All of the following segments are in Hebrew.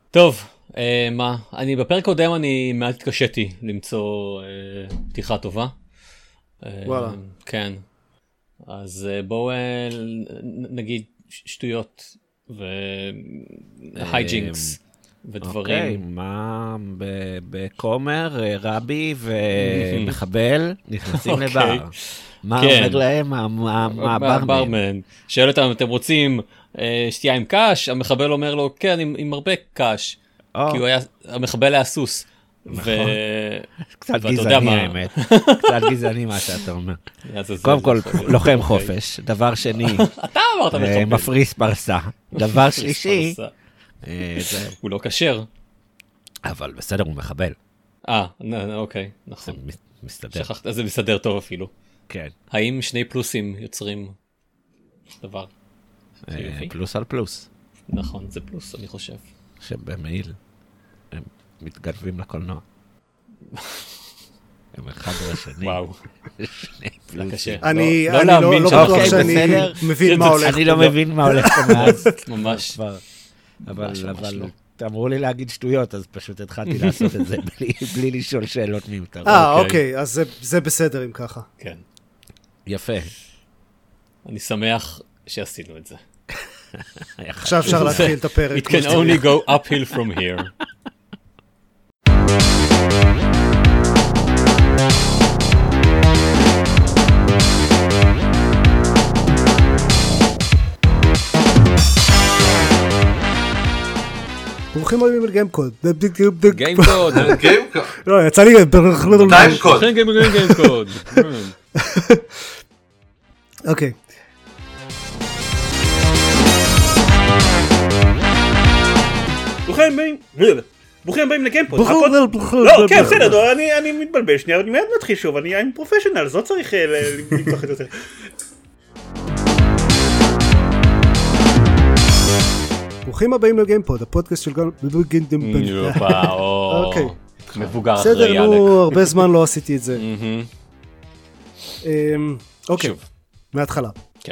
טוב, מה? בפרק קודם אני מעט התקשיתי למצוא פתיחה טובה. וואלה. כן. אז בואו נגיד שטויות והייג'ינקס ודברים. אוקיי, מה בקומר, רבי ומחבל נכנסים לבר. מה אומר להם? מה הברמן? שואל אותם, אתם רוצים שתייה עם קש? המחבל אומר לו, כן, עם הרבה קש. כי המחבל היה סוס. קצת גזעני האמת. קצת גזעני מה שאתה אומר. קודם כל, לוחם חופש. דבר שני, אתה אמרת מחבל. מפריס פרסה. דבר שלישי, הוא לא כשר. אבל בסדר, הוא מחבל. אוקיי, נכון. מסתדר. שכחת, זה מסתדר טוב אפילו. כן. האם שני פלוסים יוצרים דבר? פלוס על פלוס. נכון, זה פלוס, אני חושב. שבמעיל הם מתגנבים לקולנוע. הם אחד לשני. וואו. שני זה קשה. אני לא בטוח שאני מבין מה הולך. אני לא מבין מה הולך פה מאז. ממש. אבל אמרו לי להגיד שטויות, אז פשוט התחלתי לעשות את זה בלי לשאול שאלות מיותרות. אוקיי, אז זה בסדר אם ככה. כן. יפה. אני שמח שעשינו את זה. עכשיו אפשר להתחיל את הפרק. It can only go uphill from here. ברוכים הבאים אל גיימקוד. גיימקוד. לא, יצא לי גיימקוד. גיימקוד. אוקיי. ברוכים הבאים לגיימפוד. לא, כן, בסדר, אני מתבלבל שנייה, אני מיד מתחיל שוב, אני עם פרופשיונל, זאת צריך לפתוח את זה. ברוכים הבאים לגיימפוד, הפודקאסט של אוקיי. מבוגר אחרי בסדר, ילק. הרבה זמן לא עשיתי את זה. אוקיי, מההתחלה. כן.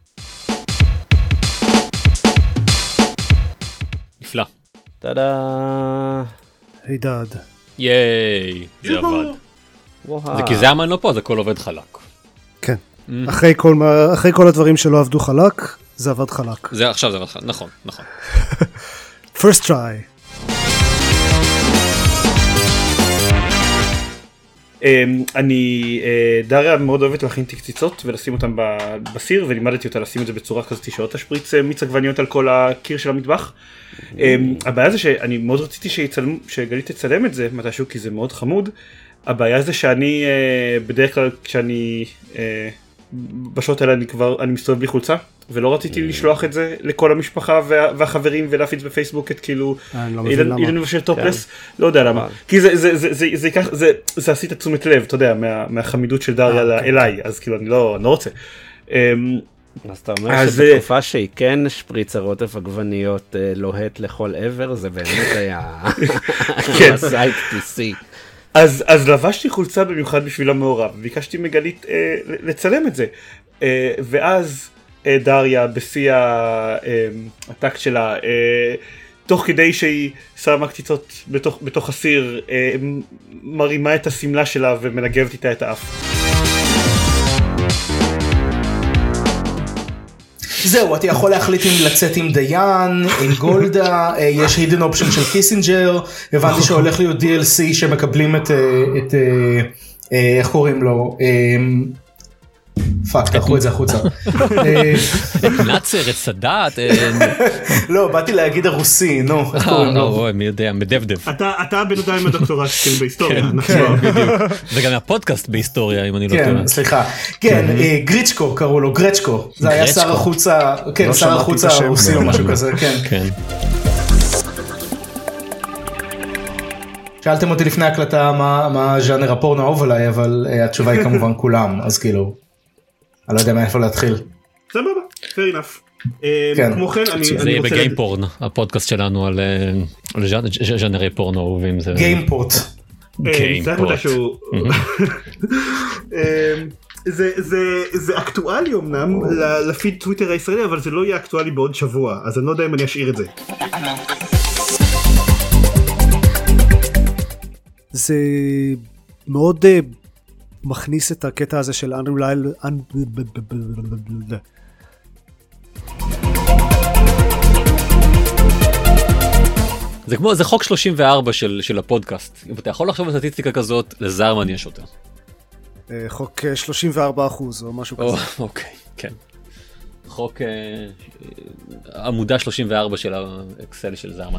נפלא. תודה. הידד. ייי, זה עבד. זה כי זה אמן לא פה, זה הכל עובד חלק. כן. אחרי כל הדברים שלא עבדו חלק, זה עבד חלק. זה עכשיו זה חלק, נכון, נכון. First try. דריה מאוד אוהבת להכין תקציצות ולשים אותם בסיר, ולימדתי אותה לשים את זה בצורה כזאת שלא תשפריץ מיץ עגבניות על כל הקיר של המטבח. הבעיה זה שאני מאוד רציתי שגלית תצלם את זה מתישהו, כי זה מאוד חמוד. הבעיה זה שאני בדרך כלל כשאני בשעות האלה אני מסתובב בלי חולצה, ולא רציתי לשלוח את זה לכל המשפחה והחברים ולהפיץ בפייסבוק את כאילו אילן ושל טופלס, לא יודע למה, כי זה עשית תשומת לב, אתה יודע, מהחמידות של דריה אליי, אז כאילו אני לא רוצה. אז אתה אומר שבתקופה שהיא כן שפריצה רוטף עגבניות לוהט לכל עבר, זה באמת היה סייט טו סי. אז לבשתי חולצה במיוחד בשביל המעורב, וביקשתי מגלית לצלם את זה, ואז דריה בשיא הטקט שלה, תוך כדי שהיא שמה קציצות בתוך הסיר, מרימה את הסמלה שלה ומנגבת איתה את האף. זהו, אתה יכול להחליט אם לצאת עם דיין, עם גולדה, יש הידן אופשן של קיסינג'ר, הבנתי שהולך להיות DLC שמקבלים את איך קוראים לו, פאק, תלכו את זה החוצה. נאצר, את סדאת. לא, באתי להגיד הרוסי, נו, איך קוראים לו? מי יודע, מדבדב. אתה בן אדם עם הדוקטורט בהיסטוריה. זה גם הפודקאסט בהיסטוריה, אם אני לא טועה. כן, סליחה. כן, גריצ'קו קראו לו, גרצ'קו. זה היה שר החוצה, כן, שר החוצה הרוסי או משהו כזה, כן. שאלתם אותי לפני הקלטה מה ז'אנר הפורנו האהוב עליי, אבל התשובה היא כמובן כולם, אז כאילו, אני לא יודע מאיפה להתחיל. סבבה, fair enough. כמו כן, זה יהיה בגיימפורן, הפודקאסט שלנו על ז'אנרי פורנו אהובים. גיימפורט. גיימפורט. זה אקטואלי אמנם לפיד טוויטר הישראלי, אבל זה לא יהיה אקטואלי בעוד שבוע, אז אני לא יודע אם אני אשאיר את זה. זה מאוד מכניס את הקטע הזה של unreliable, זה חוק 34 של הפודקאסט. אם אתה יכול לחשוב על סטטיסטיקה כזאת, לזרמן יש אותה. חוק 34% או משהו כזה. אוקיי, כן. חוק עמודה 34 של האקסל של זרמן.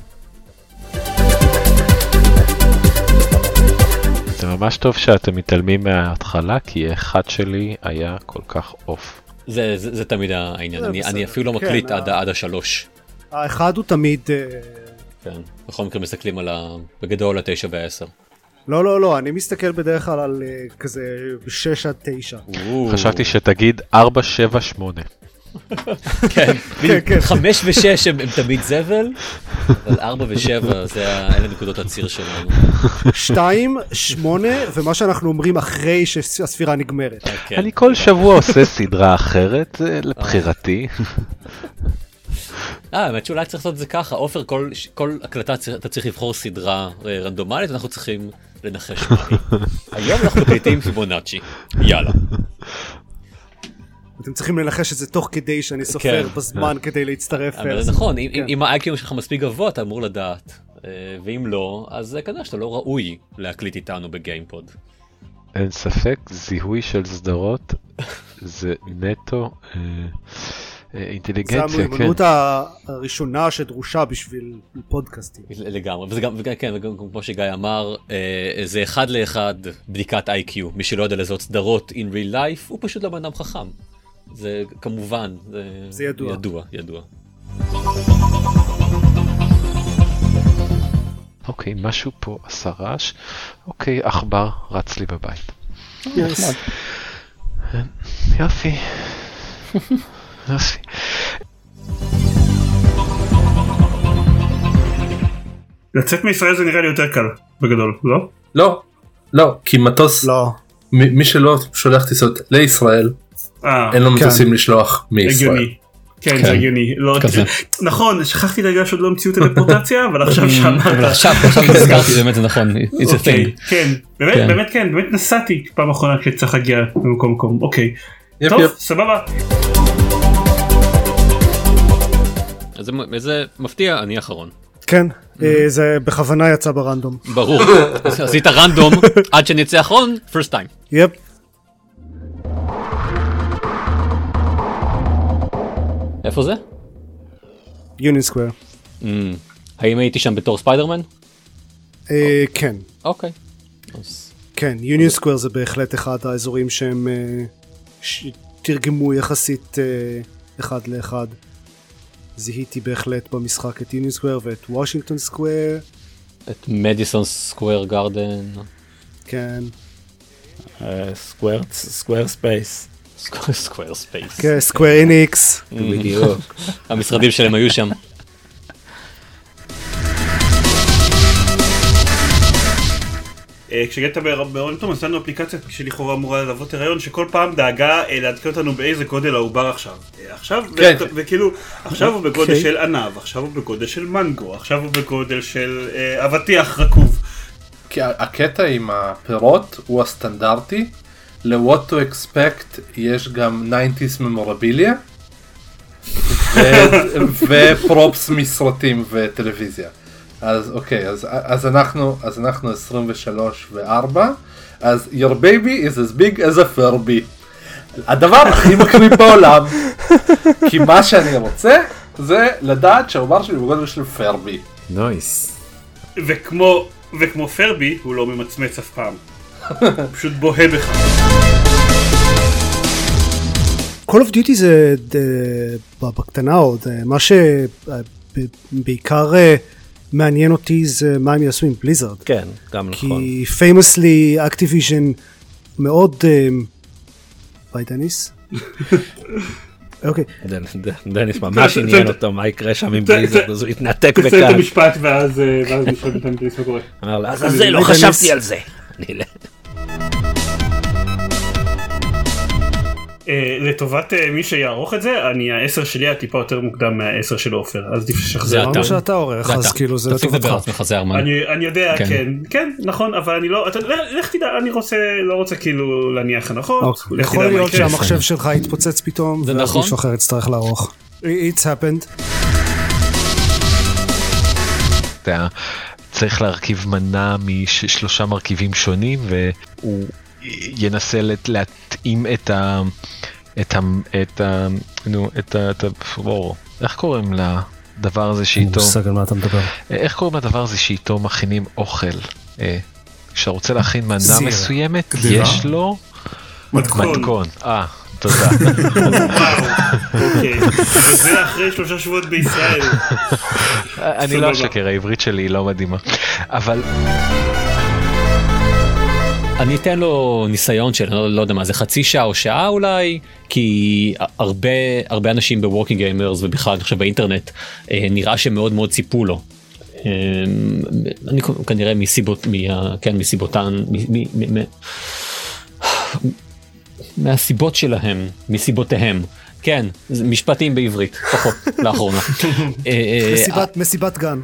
זה ממש טוב שאתם מתעלמים מההתחלה, כי אחד שלי היה כל כך אוף. זה תמיד העניין, אני אפילו לא מקליט עד השלוש. האחד הוא תמיד... כן, בכל מקרה מסתכלים בגדול 9 ו-10. לא, אני מסתכל בדרך כלל על כזה 6 עד 9. חשבתי שתגיד 4, 7, 8. כן, 5 ו-6 הם תמיד זבל, אבל 4 ו-7 אלה נקודות הציר שלנו. 2, 8 ומה שאנחנו אומרים אחרי שהספירה נגמרת. אני כל שבוע עושה סדרה אחרת, לבחירתי. האמת שאולי צריך לעשות את זה ככה, אופר, כל הקלטה אתה צריך לבחור סדרה רנדומלית, אנחנו צריכים לנחש מהי. היום אנחנו מקליטים פיבונאצ'י, יאללה. אתם צריכים לנחש את זה תוך כדי שאני סופר בזמן כדי להצטרף. אבל זה נכון, אם ה-IQ שלך מספיק גבוה אתה אמור לדעת, ואם לא, אז כנראה שאתה לא ראוי להקליט איתנו בגיימפוד. אין ספק, זיהוי של סדרות זה נטו אינטליגנציה, כן. זה המיומנות הראשונה שדרושה בשביל פודקאסטים. לגמרי, וגם כמו שגיא אמר, זה אחד לאחד בדיקת IQ. מי שלא יודע לזהות סדרות in real life, הוא פשוט לא בן אדם חכם. זה כמובן, זה ידוע. אוקיי, משהו פה עשה רעש. אוקיי, עכבר רץ לי בבית. יופי. לצאת מישראל זה נראה לי יותר קל בגדול, לא? לא, כי מטוס, מי שלא שולח טיסות לישראל, אין לו מטוסים לשלוח מישראל. כן, זה הגיוני. נכון, שכחתי להגיד שעוד לא המציאו טלפורטציה, אבל עכשיו שאמרת. אבל עכשיו נזכרתי, באמת זה נכון. כן, באמת נסעתי פעם אחרונה כשצריך להגיע במקום. אוקיי, טוב, סבבה. איזה מפתיע, אני האחרון. כן, זה בכוונה יצא ברנדום. ברור, עשית רנדום עד שנצא אחרון, first time. יפ. איפה זה? יוניון סקוואר. האם הייתי שם בתור ספיידרמן? כן. אוקיי. כן, יוניון סקוואר זה בהחלט אחד האזורים שהם תרגמו יחסית אחד לאחד. זיהיתי בהחלט במשחק את יוניון סקוואר ואת וושינגטון סקוואר. את מדיסון סקוואר גארדן. כן. סקוואר ספייס. סקוואר ספייס. כן, סקוואר איניקס. בדיוק. המשרדים שלהם היו שם. כשהגעת בהיריון תום, עשינו אפליקציה שלכאורה אמורה ללוות הריון, שכל פעם דאגה לעדכן אותנו באיזה גודל העובר עכשיו. וכאילו, עכשיו הוא בגודל של ענב, עכשיו הוא בגודל של מנגו, עכשיו הוא בגודל של אבטיח רקוב. כי הקטע עם הפירות הוא הסטנדרטי, ל-what to expect יש גם 90s memorabilia, ופרופס מסרטים וטלוויזיה. אז אוקיי, אז אנחנו 23 ו-4, אז your baby is as big as a Furby. הדבר הכי מקריב בעולם, כי מה שאני רוצה זה לדעת שהעובר שלי בגודל של פרבי. נויס. וכמו פרבי הוא לא ממצמץ אף פעם. פשוט בוהה בך. Call of Duty זה בקטנה עוד, מה שבעיקר מעניין אותי זה מה הם יעשו עם בליזרד. כן, גם נכון. כי famously Activision מאוד... ביי דניס? אוקיי. דניס ממש עניין אותו מה יקרה שם עם בליזרד, אז הוא יתנתק וכאן. תסיים את המשפט ואז נשאל בינתיים דניס מה קורה. אמר לה, אז זה לא חשבתי על זה. לטובת מי שיערוך את זה, ה-10 שלי היה טיפה יותר מוקדם מה-10 של עופר, אז עדיף ששחזר. זה שאתה עורך, אז כאילו זה לטובתך. אני יודע, כן, נכון, אבל אני לא, לך תדע, אני לא רוצה כאילו להניח הנחות. יכול להיות שהמחשב שלך יתפוצץ פתאום, ואז מישהו אחר יצטרך לערוך. It's happened. אתה צריך להרכיב מנה מ3 מרכיבים שונים, והוא ינסה להתאים איך קוראים לדבר הזה שאיתו, איך קוראים לדבר הזה שאיתו מכינים אוכל, כשאתה רוצה להכין מנה מסוימת, יש לו מתכון. תודה. אוקיי, וזה אחרי 3 שבועות בישראל. אני לא אשקר, העברית שלי היא לא מדהימה, אבל אני אתן לו ניסיון של, לא יודע מה, זה חצי שעה או שעה אולי, כי הרבה אנשים בוורקינג גיימרס ובכלל אני חושב באינטרנט, נראה שמאוד מאוד ציפו לו. אני כנראה מסיבותן, מהסיבות שלהם, מסיבותיהם. כן, משפטים בעברית, פחות לאחרונה. מסיבת גן.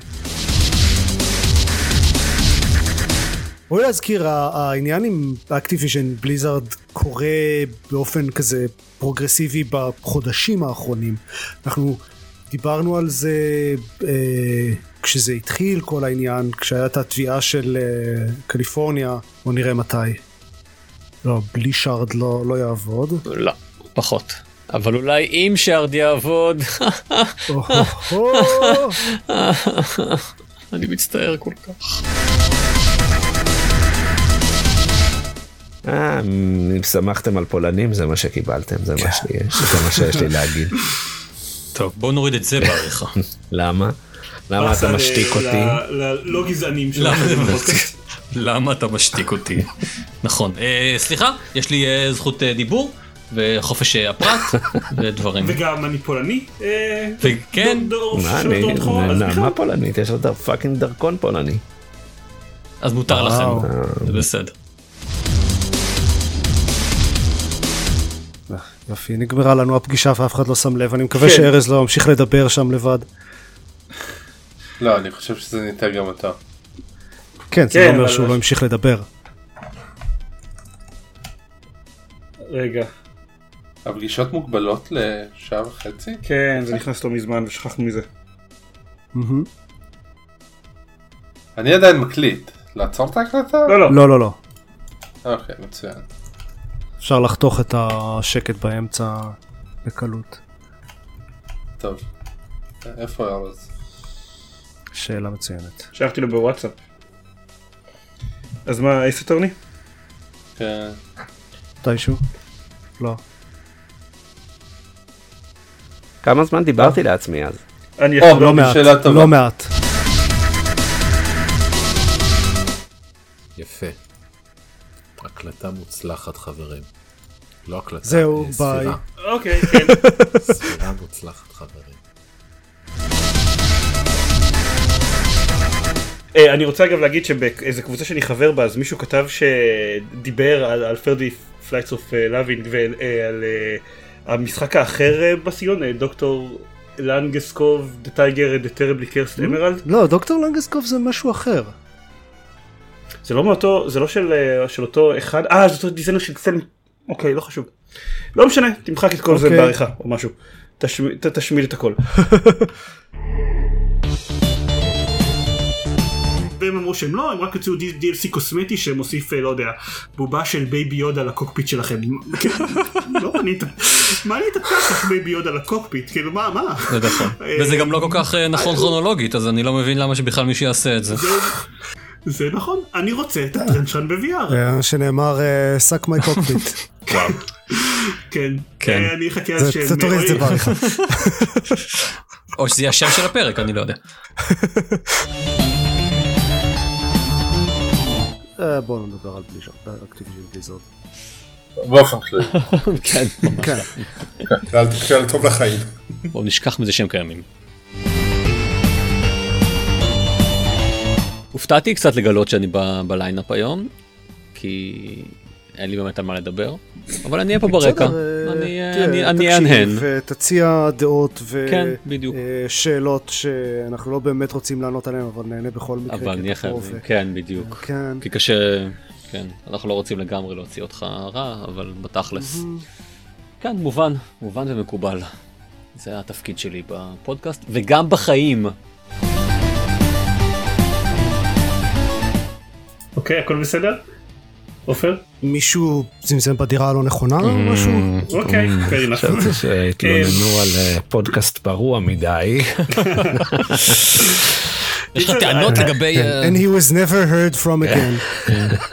בואי להזכיר, העניין עם אקטיביז'ן בליזארד קורה באופן כזה פרוגרסיבי בחודשים האחרונים. אנחנו דיברנו על זה כשזה התחיל כל העניין, כשהיה את התביעה של קליפורניה, בוא נראה מתי. לא, בלי שרד לא יעבוד. לא, פחות. אבל אולי אם שרד יעבוד. אני מצטער כל כך. אם שמחתם על פולנים זה מה שקיבלתם, זה מה שיש לי להגיד. טוב, בוא נוריד את זה בעריכה. למה? למה אתה משתיק אותי? לא גזענים שלנו. למה אתה משתיק אותי? נכון. סליחה, יש לי זכות דיבור וחופש הפרט ודברים. וגם אני פולני. וכן. מה פולנית? יש לו פאקינג דרכון פולני. אז מותר לכם, זה בסדר. יופי, נגמרה לנו הפגישה ואף אחד לא שם לב, אני מקווה שארז לא ממשיך לדבר שם לבד. לא, אני חושב שזה ניתן גם אותו. כן, זה לא אומר שהוא לא המשיך לדבר. רגע. הפגישות מוגבלות לשעה וחצי? כן, זה נכנס לו מזמן ושכחנו מזה. אני עדיין מקליט. לעצור את ההקלטה? לא. אוקיי, מצוין. אפשר לחתוך את השקט באמצע בקלות. טוב. איפה ארז? שאלה מצוינת. שלחתי לו בוואטסאפ. אז מה, אייס אטורני? כן. מתישהו? לא. כמה זמן דיברתי לעצמי אז? לא מעט. יפה. הקלטה מוצלחת חברים. לא הקלטה, זהו, ביי. אוקיי, כן. ספירה מוצלחת חברים. אני רוצה אגב להגיד שבאיזה קבוצה שאני חבר בה, אז מישהו כתב שדיבר על פרדי פלייטס אוף לאבינג ועל המשחק האחר בסגנון, דוקטור לנגסקוב, The Tiger, The Terribly Cursed Emerald. לא, דוקטור לנגסקוב זה משהו אחר. זה לא מאותו, זה לא של אותו אחד, זה אותו דיזיינר של קסל, אוקיי, לא חשוב. לא משנה, תמחק את כל זה בעריכה או משהו. תשמיד את הכל. והם אמרו שהם לא, הם רק יוציאו DLC קוסמטי שמוסיף, לא יודע, בובה של בייבי יודה לקוקפיט שלכם. לא, מה אני אתתקח בייבי יודה לקוקפיט? כאילו, מה? זה נכון. וזה גם לא כל כך נכון כרונולוגית, אז אני לא מבין למה שבכלל מישהו יעשה את זה. זה נכון, אני רוצה את הטרנשן ב-VR. שנאמר, סק מי קוקפיט. וואו. כן, אני אחכה אז זה תוריד את זה בעריכה. או שזה יהיה השם של הפרק, אני לא יודע. בואו נדבר על אקטיביז'ן בליזארד. באופן כללי. כן. זה טוב לחיים. בואו נשכח מזה שהם קיימים. הופתעתי קצת לגלות שאני בליינאפ היום, כי אין לי באמת על מה לדבר, אבל אני אהיה פה ברקע, אני אהנהן. ותציע דעות ושאלות שאנחנו לא באמת רוצים לענות עליהן, אבל נהנה בכל מקרה. אבל נהיה חייבים, כן, בדיוק. כי קשה, כן, אנחנו לא רוצים לגמרי להוציא אותך רע, אבל בתכלס. כן, מובן ומקובל. זה התפקיד שלי בפודקאסט, וגם בחיים. אוקיי, הכל בסדר? עופר? מישהו זמזם בדירה הלא נכונה או משהו? אוקיי, fair enough. חשבתי שהתלוננו על פודקאסט פרוע מדי. יש לך טענות לגבי... And he was never heard from again.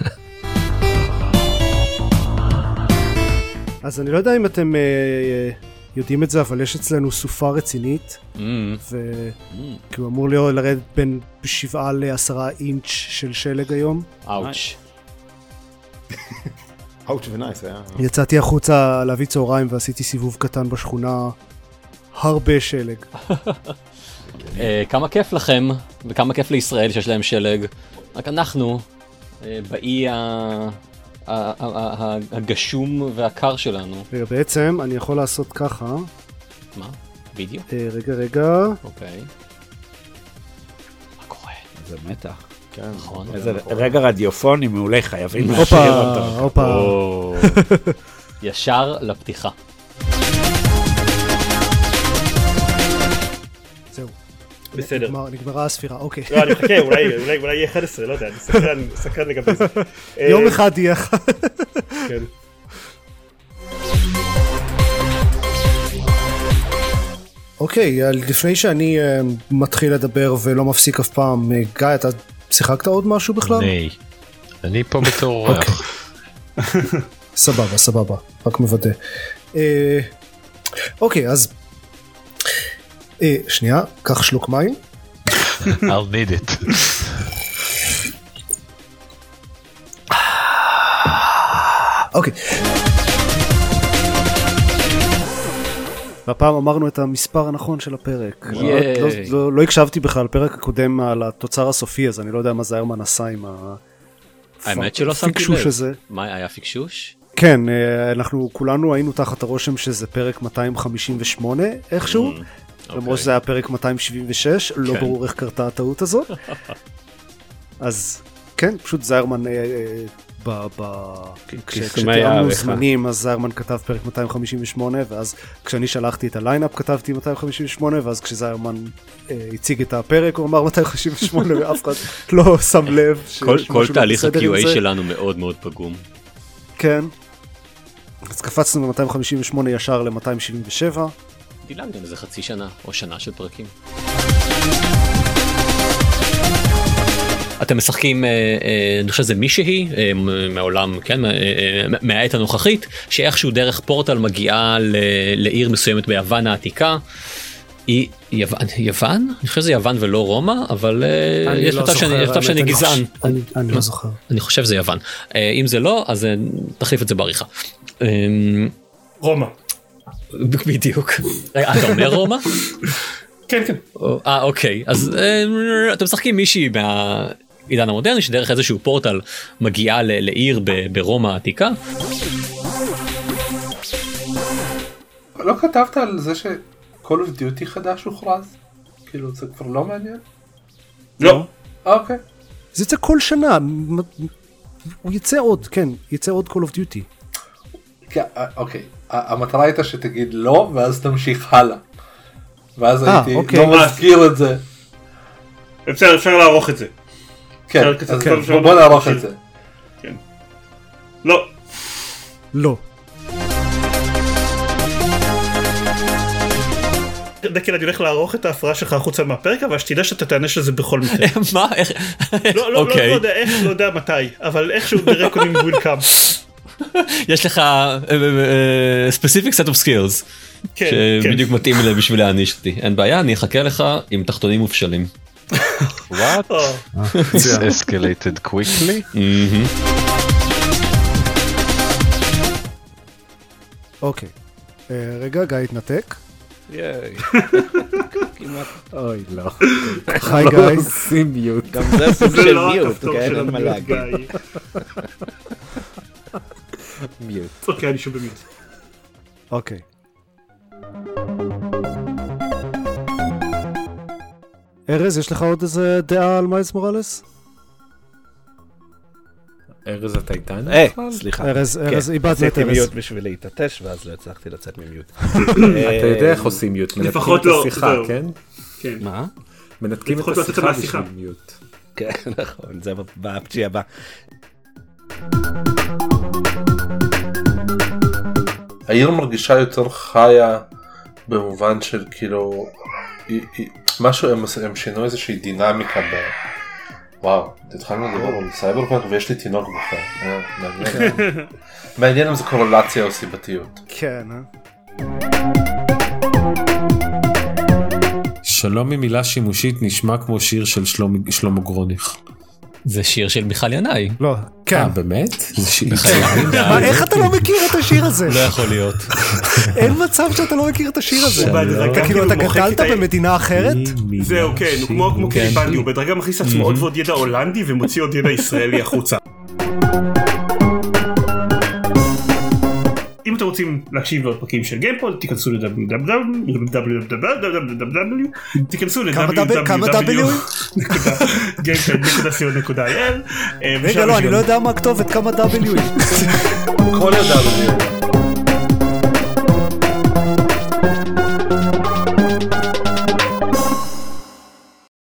אז אני לא יודע אם אתם יודעים את זה, אבל יש אצלנו סופה רצינית, כי הוא אמור לרדת בין 7 ל10 אינץ' של שלג היום. אאוץ'. אאוץ' ונייס, היה... יצאתי החוצה להביא צהריים ועשיתי סיבוב קטן בשכונה, הרבה שלג. כמה כיף לכם, וכמה כיף לישראל שיש להם שלג. רק אנחנו, באי הגשום והקר שלנו. רגע, בעצם אני יכול לעשות ככה. מה? וידאו? רגע. אוקיי. מה קורה? זה מתח. כן, נכון. איזה רגע רדיופוני מעולה, חייבים להשאיר אותו. ישר לפתיחה. זהו. בסדר. נגמרה הספירה, אוקיי. לא, אני מחכה, אולי יהיה 11, לא יודע, אני סקרן לגבי זה. יום אחד יהיה אחד. כן. אוקיי, לפני שאני מתחיל לדבר ולא מפסיק אף פעם, גיא, אתה שיחקת עוד משהו בכלל? אני פה בתור אורח. סבבה, רק מוודא. אוקיי, אז שנייה, קח שלוק מים. I'll need it. אוקיי. והפעם אמרנו את המספר הנכון של הפרק. לא הקשבתי בכלל, פרק הקודם על התוצר הסופי, אז אני לא יודע מה זיירמן עשה עם האמת שלא שמתי לב. מה, היה פיקשוש? כן, אנחנו כולנו היינו תחת הרושם שזה פרק 258 איכשהו, למרות שזה היה פרק 276, לא ברור איך קרתה הטעות הזאת. אז כן, פשוט זיירמן, כשתיאמנו זמנים, אז זיירמן כתב פרק 258, ואז כשאני שלחתי את הליינאפ כתבתי 258, ואז כשזיירמן הציג את הפרק הוא אמר 258, ואף אחד לא שם לב. כל תהליך ה-QA שלנו מאוד מאוד פגום. כן. אז קפצנו ב-258 ישר ל-277. דילגנו לזה חצי שנה או שנה של פרקים. אתם משחקים, אני חושב שזה מישהי מהעולם, כן, מהעת הנוכחית, שאיכשהו דרך פורטל מגיעה לעיר מסוימת ביוון העתיקה. היא יוון? אני חושב שזה יוון ולא רומא, אבל יש מצב שאני גזען. אני לא זוכר. אני חושב שזה יוון. אם זה לא, אז תחליף את זה בעריכה. רומא. בדיוק. אתה אומר רומא? כן, כן. אוקיי, אז אתם משחקים מישהי מהעידן המודרני, שדרך איזשהו פורטל מגיעה לעיר ברומא העתיקה. לא כתבת על זה ש-Call of Duty חדש הוכרז? כאילו זה כבר לא מעניין? לא. אוקיי. זה יצא כל שנה, הוא יצא עוד, כן, יצא עוד Call of Duty. אוקיי, המטרה הייתה שתגיד לא, ואז תמשיך הלאה. ואז הייתי לא מזכיר את זה. אפשר לערוך את זה. כן, אז בוא נערוך את זה. לא. לא. דקל, אני הולך לערוך את ההפרעה שלך החוצה מהפרק, אבל שתדע שאתה תענש לזה בכל מקרה. מה? לא יודע איך, לא יודע מתי, אבל איכשהו ברקודים ווילקאם. יש לך specific set of skills שבדיוק מתאים אליי בשביל להעניש אותי. אין בעיה, אני אחכה לך עם תחתונים מופשלים. What? It's escalated quickly? אוקיי. רגע, גיא התנתק. אוי לא. היי גיא. שים מיוט. גם זה סוג של מיוט, כן, אין מה להגיד. מיוט. אוקיי, אני שוב במיוט. אוקיי. ארז, יש לך עוד איזה דעה על מיילס מוראלס? ארז אתה איתנו? סליחה. ארז, איבדנו את עשיתי ארז. מיוט בשביל להתעטש, ואז לא הצלחתי לצאת ממיוט. אתה יודע איך עושים מיוט, מנתקים לפחות את לא, השיחה, זהו. כן? כן. מה? מנתקים את לפחות לא יצאת השיחה מהשיחה. בשביל מיוט. כן, נכון, זה באפצ'י הבא. העיר מרגישה יותר חיה במובן של כאילו משהו הם שינו איזושהי דינמיקה וואו, התחלנו לדבר על סייברפאנק ויש לי תינוק בפה. מעניין אם זה קורלציה או סיבתיות. כן, שלום ממילה שימושית נשמע כמו שיר של שלמה גרוניך. זה שיר של מיכל ינאי. לא, כן. באמת? זה שיר מה, איך אתה לא מכיר את השיר הזה? לא יכול להיות. אין מצב שאתה לא מכיר את השיר הזה. כאילו, אתה גדלת במדינה אחרת? זהו, כן, הוא כמו קליפנדי, הוא בדרגה מכניס עצמו עוד ועוד ידע הולנדי ומוציא עוד ידע ישראלי החוצה. אם אתם רוצים להקשיב לעוד פרקים של גיימפוד, תיכנסו רגע, לא, אני לא יודע מה הכתובת, כמה W. כל ידע